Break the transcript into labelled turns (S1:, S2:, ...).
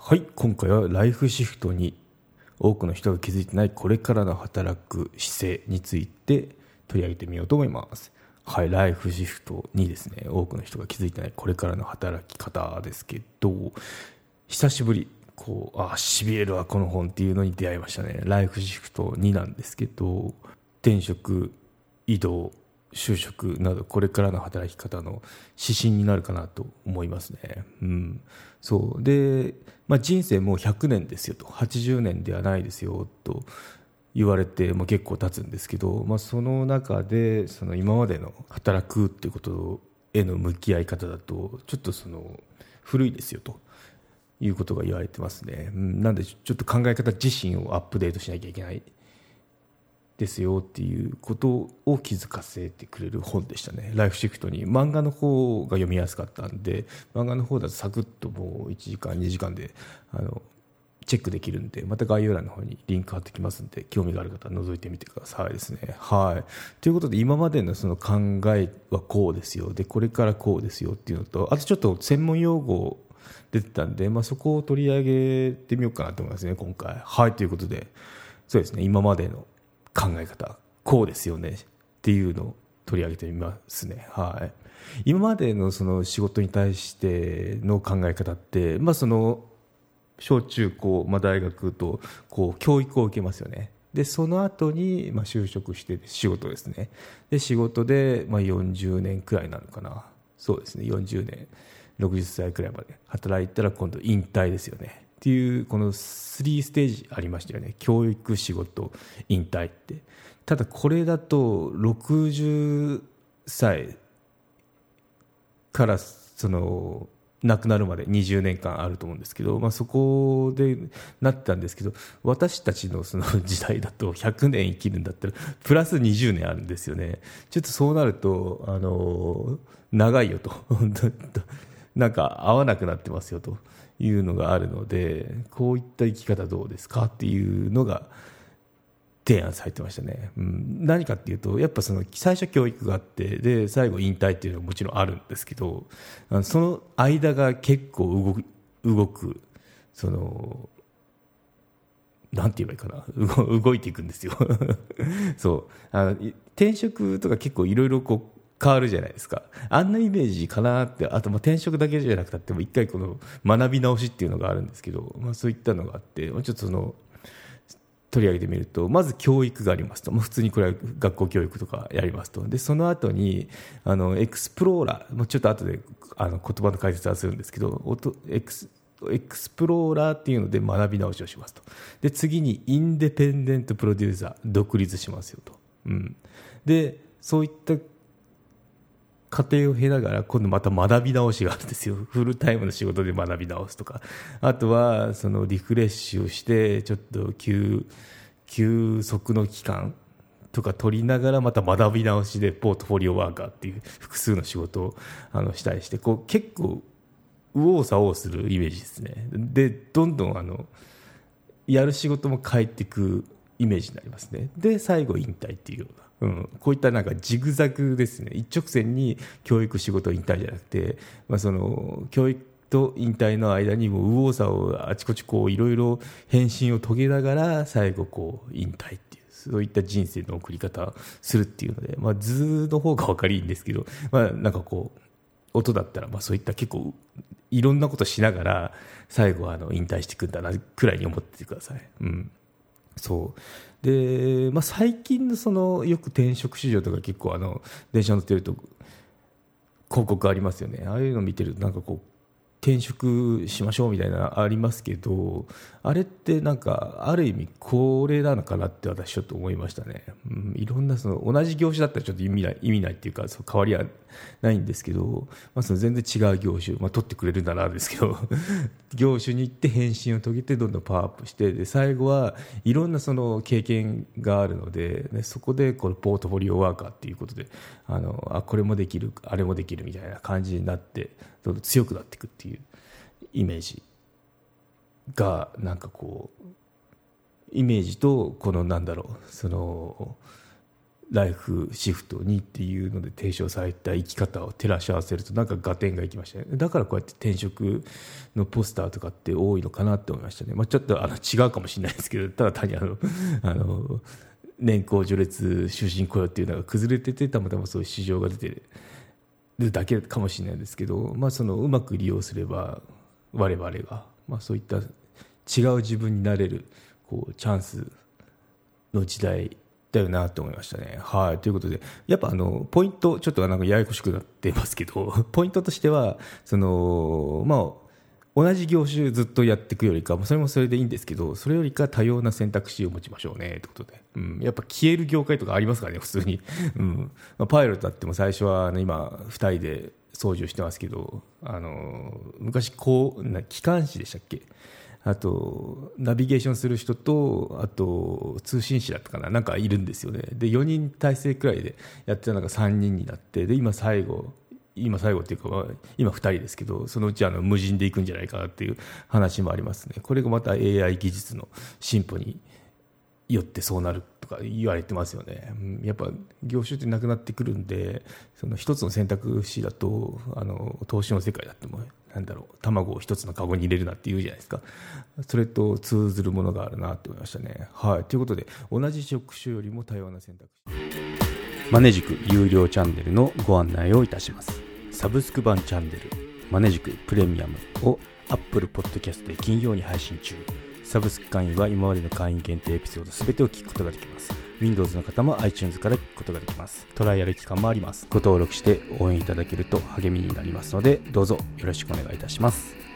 S1: はい、今回はライフシフトに多くの人が気づいてないこれからの働く姿勢について取り上げてみようと思います。はい、ライフシフトにですね、多くの人が気づいてないこれからの働き方ですけど、久しぶりしびれるわこの本っていうのに出会いましたね。ライフシフト2なんですけど、転職、移動、就職などこれからの働き方の指針になるかなと思いますね。そうで、人生もう100年ですよと、80年ではないですよと言われてもう結構経つんですけど、その中でその今までの働くっていうことへの向き合い方だとちょっと古いですよということが言われてますね。なんでちょっと考え方自身をアップデートしなきゃいけないですよっていうことを気づかせてくれる本でしたね。ライフシフトに漫画の方が読みやすかったんで、漫画の方だとサクッともう1時間2時間でチェックできるんで、また概要欄の方にリンク貼ってきますんで、興味がある方は覗いてみてくださいですね。はい。ということで、今までのその考えはこうですよで、これからこうですよっていうのと、あとちょっと専門用語出てたんで、そこを取り上げてみようかなと思いますね、今回。はい。ということで、そうですね、今までの考え方こうですよねっていうのを取り上げてみますね。はい。今までのその仕事に対しての考え方って、小中高、大学と教育を受けますよね。でその後に就職して仕事ですね。で仕事で40年くらいなのかな。そうですね、40年60歳くらいまで働いたら今度引退ですよねっていう、この3ステージありましたよね。教育、仕事、引退って。ただこれだと60歳から亡くなるまで20年間あると思うんですけど、そこでなってたんですけど、私たちのその時代だと100年生きるんだったらプラス20年あるんですよね。ちょっとそうなると長いよとなんか合わなくなってますよというのがあるので、こういった生き方どうですかっていうのが提案されてましたね。何かっていうと、やっぱ最初教育があってで最後引退っていうのはもちろんあるんですけど、その間が結構動くなんて言えばいいかな、動いていくんですよそう転職とか結構いろいろ変わるじゃないですか。あんなイメージかなって。あと転職だけじゃなくても一回この学び直しっていうのがあるんですけど、そういったのがあって、ちょっと取り上げてみると、まず教育がありますと、普通にこれは学校教育とかやりますと。でその後にエクスプローラー、ちょっと後で言葉の解説はするんですけど、エクスプローラーっていうので学び直しをしますと。で次にインデペンデントプロデューサー、独立しますよと。でそういった過程を経ながら今度また学び直しがあるんですよ。フルタイムの仕事で学び直すとか、あとはリフレッシュしてちょっと休息の期間とか取りながらまた学び直しでポートフォリオワーカーっていう複数の仕事をしたりして、結構右往左往するイメージですね。でどんどんやる仕事も変えていくイメージになりますね。で最後引退っていうような、こういったなんかジグザグですね。一直線に教育、仕事、引退じゃなくて、教育と引退の間にも右往左往あちこちいろいろ変身を遂げながら最後引退っていう、そういった人生の送り方をするっていうので、図の方が分かりいいんですけど、なんか音だったらそういった結構いろんなことしながら最後は引退していくんだなくらいに思っててください。そうで、最近のよく転職市場とか結構電車乗ってると広告ありますよね。ああいうの見てるとなんか転職しましょうみたいなのありますけど、あれってなんかある意味これなのかなって私ちょっと思いましたね。いろんな同じ業種だったらちょっと意味ないっていうか変わりはないんですけど、全然違う業種、取ってくれるならですけど業種に行って変身を遂げてどんどんパワーアップして、で最後はいろんな経験があるので、そこでこのポートフォリオワーカーっていうことでこれもできるあれもできるみたいな感じになってどんどん強くなっていくっていうイメージがなんかイメージとなんだろうライフシフト2っていうので提唱された生き方を照らし合わせるとなんか合点がいきましたね。だからこうやって転職のポスターとかって多いのかなって思いましたね。ちょっと違うかもしれないですけど、ただ単に年功序列終身雇用っていうのが崩れてて、たまたまそういう市場が出てるだけかもしれないですけど、そのうまく利用すれば我々が、そういった違う自分になれるチャンスの時代だよなと思いましたね。はい。ということで、やっぱポイント、ちょっとややこしくなってますけど、ポイントとしては、同じ業種ずっとやっていくよりか、それもそれでいいんですけど、それよりか多様な選択肢を持ちましょうね、ということで。やっぱ消える業界とかありますからね、普通に。パイロットだっても最初は、今、2人で操縦してますけど、昔、機関士でしたっけ？あとナビゲーションする人と、あと通信士だったかな、なんかいるんですよね。で4人体制くらいでやってたのが3人になって、で今最後っていうか、今2人ですけど、そのうち無人で行くんじゃないかなっていう話もありますね。これがまた AI 技術の進歩によってそうなるとか言われてますよね。やっぱ業種ってなくなってくるんで、その一つの選択肢だと投資の世界だっても卵を一つのカゴに入れるなって言うじゃないですか。それと通ずるものがあるなと思いましたね。はい。ということで、同じ職種よりも多様な選択肢、マネジク有料チャンネルのご案内をいたします。サブスク版チャンネルマネジクプレミアムを Apple Podcast で金曜に配信中。サブスク会員は今までの会員限定エピソードすべてを聞くことができます。Windows の方も iTunes から聞くことができます。トライアル期間もあります。ご登録して応援いただけると励みになりますので、どうぞよろしくお願いいたします。